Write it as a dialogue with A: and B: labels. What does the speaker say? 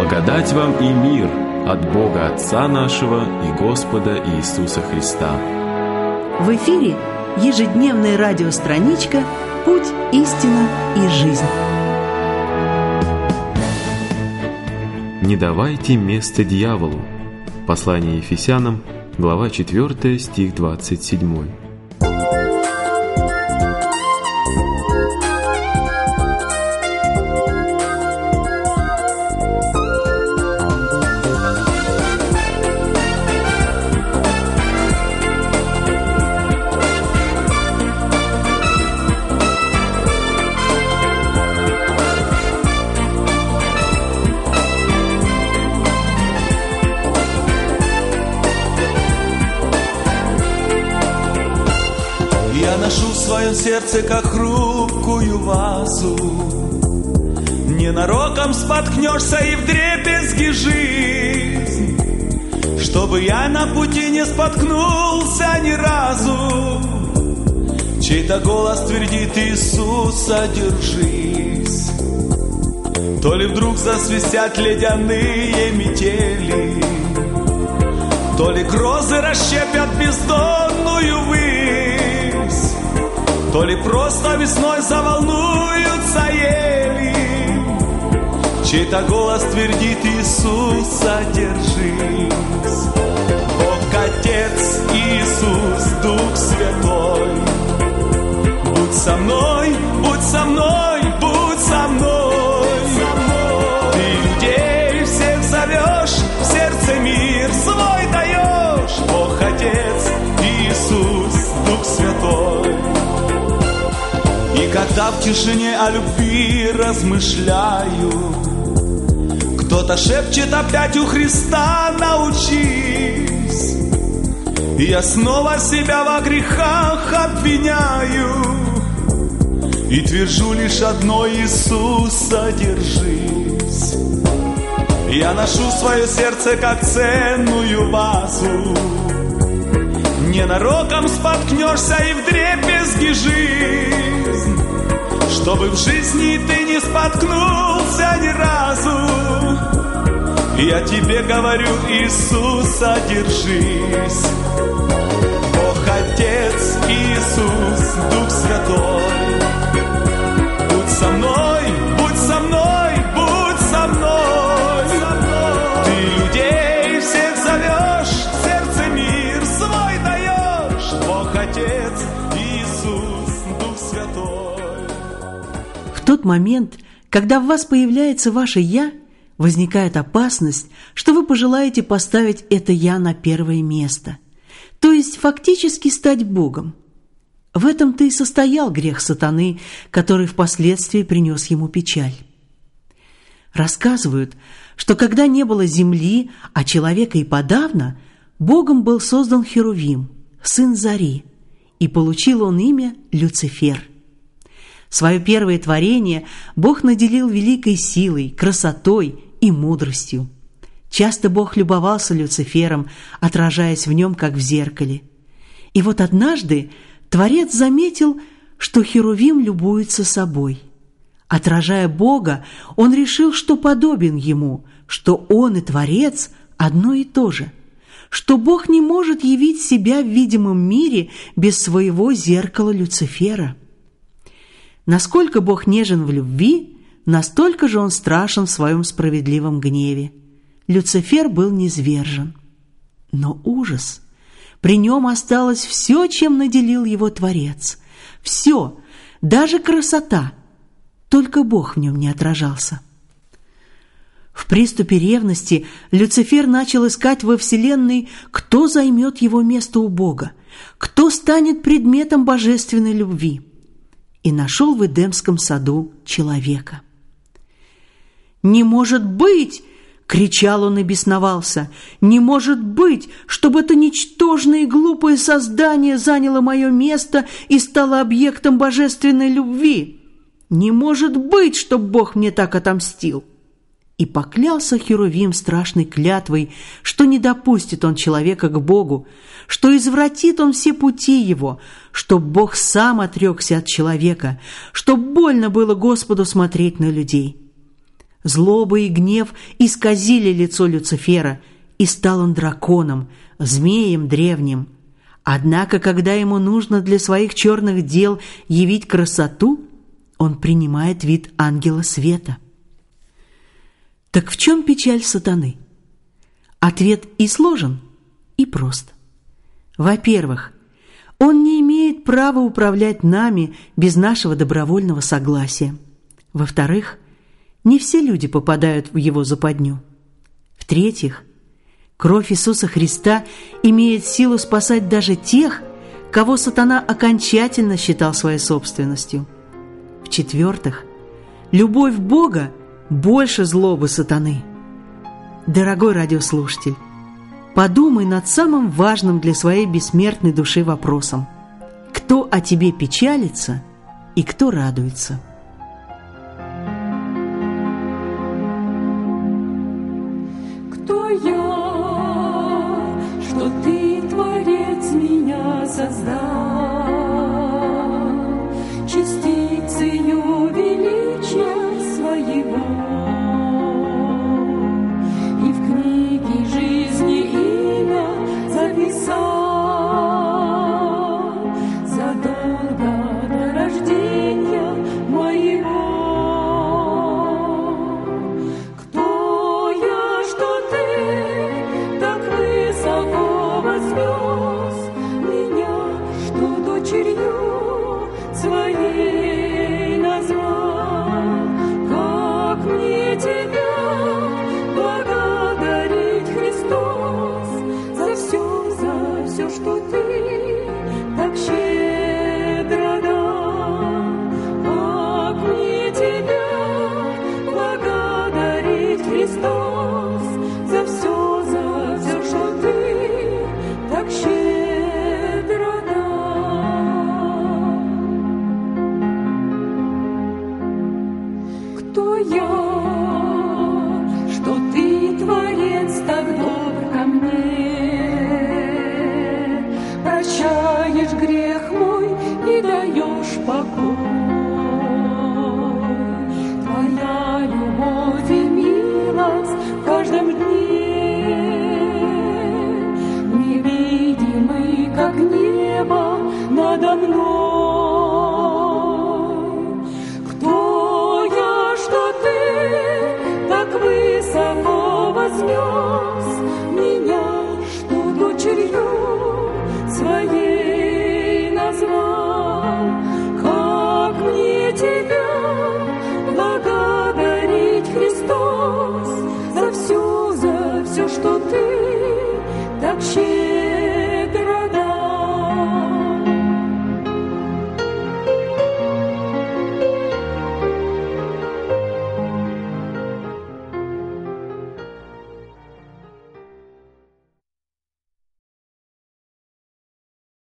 A: Благодать вам и мир от Бога Отца нашего и Господа Иисуса Христа.
B: В эфире ежедневная радиостраничка «Путь, истина и жизнь».
A: Не давайте место дьяволу. Послание Ефесянам, глава 4, стих 27.
C: Ношу в своем сердце, как хрупкую вазу. Ненароком споткнешься и вдребезги жизнь, чтобы я на пути не споткнулся ни разу. Чей-то голос твердит: Иисуса, держись. То ли вдруг засвистят ледяные метели, то ли грозы расщепят бездонную высь, то ли просто весной заволнуются ели. Чей-то голос твердит: Иисуса, держись. Бог Отец, Иисус, Дух Святой, будь со мной, будь со мной, будь со мной. Ты людей всех зовешь, в сердце мир свой даешь. Бог Отец, Иисус, Дух Святой. И когда в тишине о любви размышляю, кто-то шепчет опять: у Христа научись. И я снова себя во грехах обвиняю и твержу лишь одно: Иисуса, держись. Я ношу свое сердце, как ценную вазу. Ненароком споткнешься и вдребезги жизнь, чтобы в жизни ты не споткнулся ни разу. Я тебе говорю: Иисуса, держись. Бог Отец, Иисус, Дух Святой, будь со мной, будь со мной, будь со мной. Ты людей всех зовешь, в сердце мир свой даешь. Бог Отец, Иисус, Дух Святой.
B: В тот момент, когда в вас появляется ваше «я», возникает опасность, что вы пожелаете поставить это «я» на первое место, то есть фактически стать Богом. В этом-то и состоял грех сатаны, который впоследствии принес ему печаль. Рассказывают, что когда не было земли, а человека и подавно, Богом был создан Херувим, сын Зари, и получил он имя Люцифер. Свое первое творение Бог наделил великой силой, красотой и мудростью. Часто Бог любовался Люцифером, отражаясь в нем, как в зеркале. И вот однажды Творец заметил, что Херувим любуется собой. Отражая Бога, он решил, что подобен ему, что он и Творец одно и то же, что Бог не может явить себя в видимом мире без своего зеркала Люцифера. Насколько Бог нежен в любви, настолько же Он страшен в своем справедливом гневе. Люцифер был низвержен. Но ужас! При нем осталось все, чем наделил его Творец. Все, даже красота. Только Бог в нем не отражался. В приступе ревности Люцифер начал искать во вселенной, кто займет его место у Бога, кто станет предметом божественной любви. И нашел в Эдемском саду человека. «Не может быть!» — кричал он и бесновался. «Не может быть, чтобы это ничтожное и глупое создание заняло мое место и стало объектом божественной любви! Не может быть, чтоб Бог мне так отомстил!» И поклялся Херувим страшной клятвой, что не допустит он человека к Богу, что извратит он все пути его, чтоб Бог сам отрекся от человека, чтоб больно было Господу смотреть на людей. Злоба и гнев исказили лицо Люцифера, и стал он драконом, змеем древним. Однако, когда ему нужно для своих черных дел явить красоту, он принимает вид ангела света. Так в чем печаль сатаны? Ответ и сложен, и прост. Во-первых, он не имеет права управлять нами без нашего добровольного согласия. Во-вторых, не все люди попадают в его западню. В-третьих, кровь Иисуса Христа имеет силу спасать даже тех, кого сатана окончательно считал своей собственностью. В-четвертых, любовь Бога больше злобы сатаны. Дорогой радиослушатель, подумай над самым важным для своей бессмертной души вопросом: кто о тебе печалится и кто радуется?
D: Кто я, что ты, Творец, меня создал, частицею величия своего, и в книге жизни имя записал задолго до рождения моего. Кто я, что ты так высоко вознес меня, что дочерью своей назвал? Как мне тебя благодарить, Христос, за все, что ты так щедро дал? Как мне тебя благодарить, Христос, за все, что ты так щедро дал? Кто я, что ты, Творец, так добр ко мне, прощаешь грех мой и даешь покой? Твоя любовь и милость в каждом дне невидимы, как небо надо мной. Кто я, что ты так высоко вознес меня, что дочерью своей назвал? Как мне тебя благодарить, Христос, за все, что ты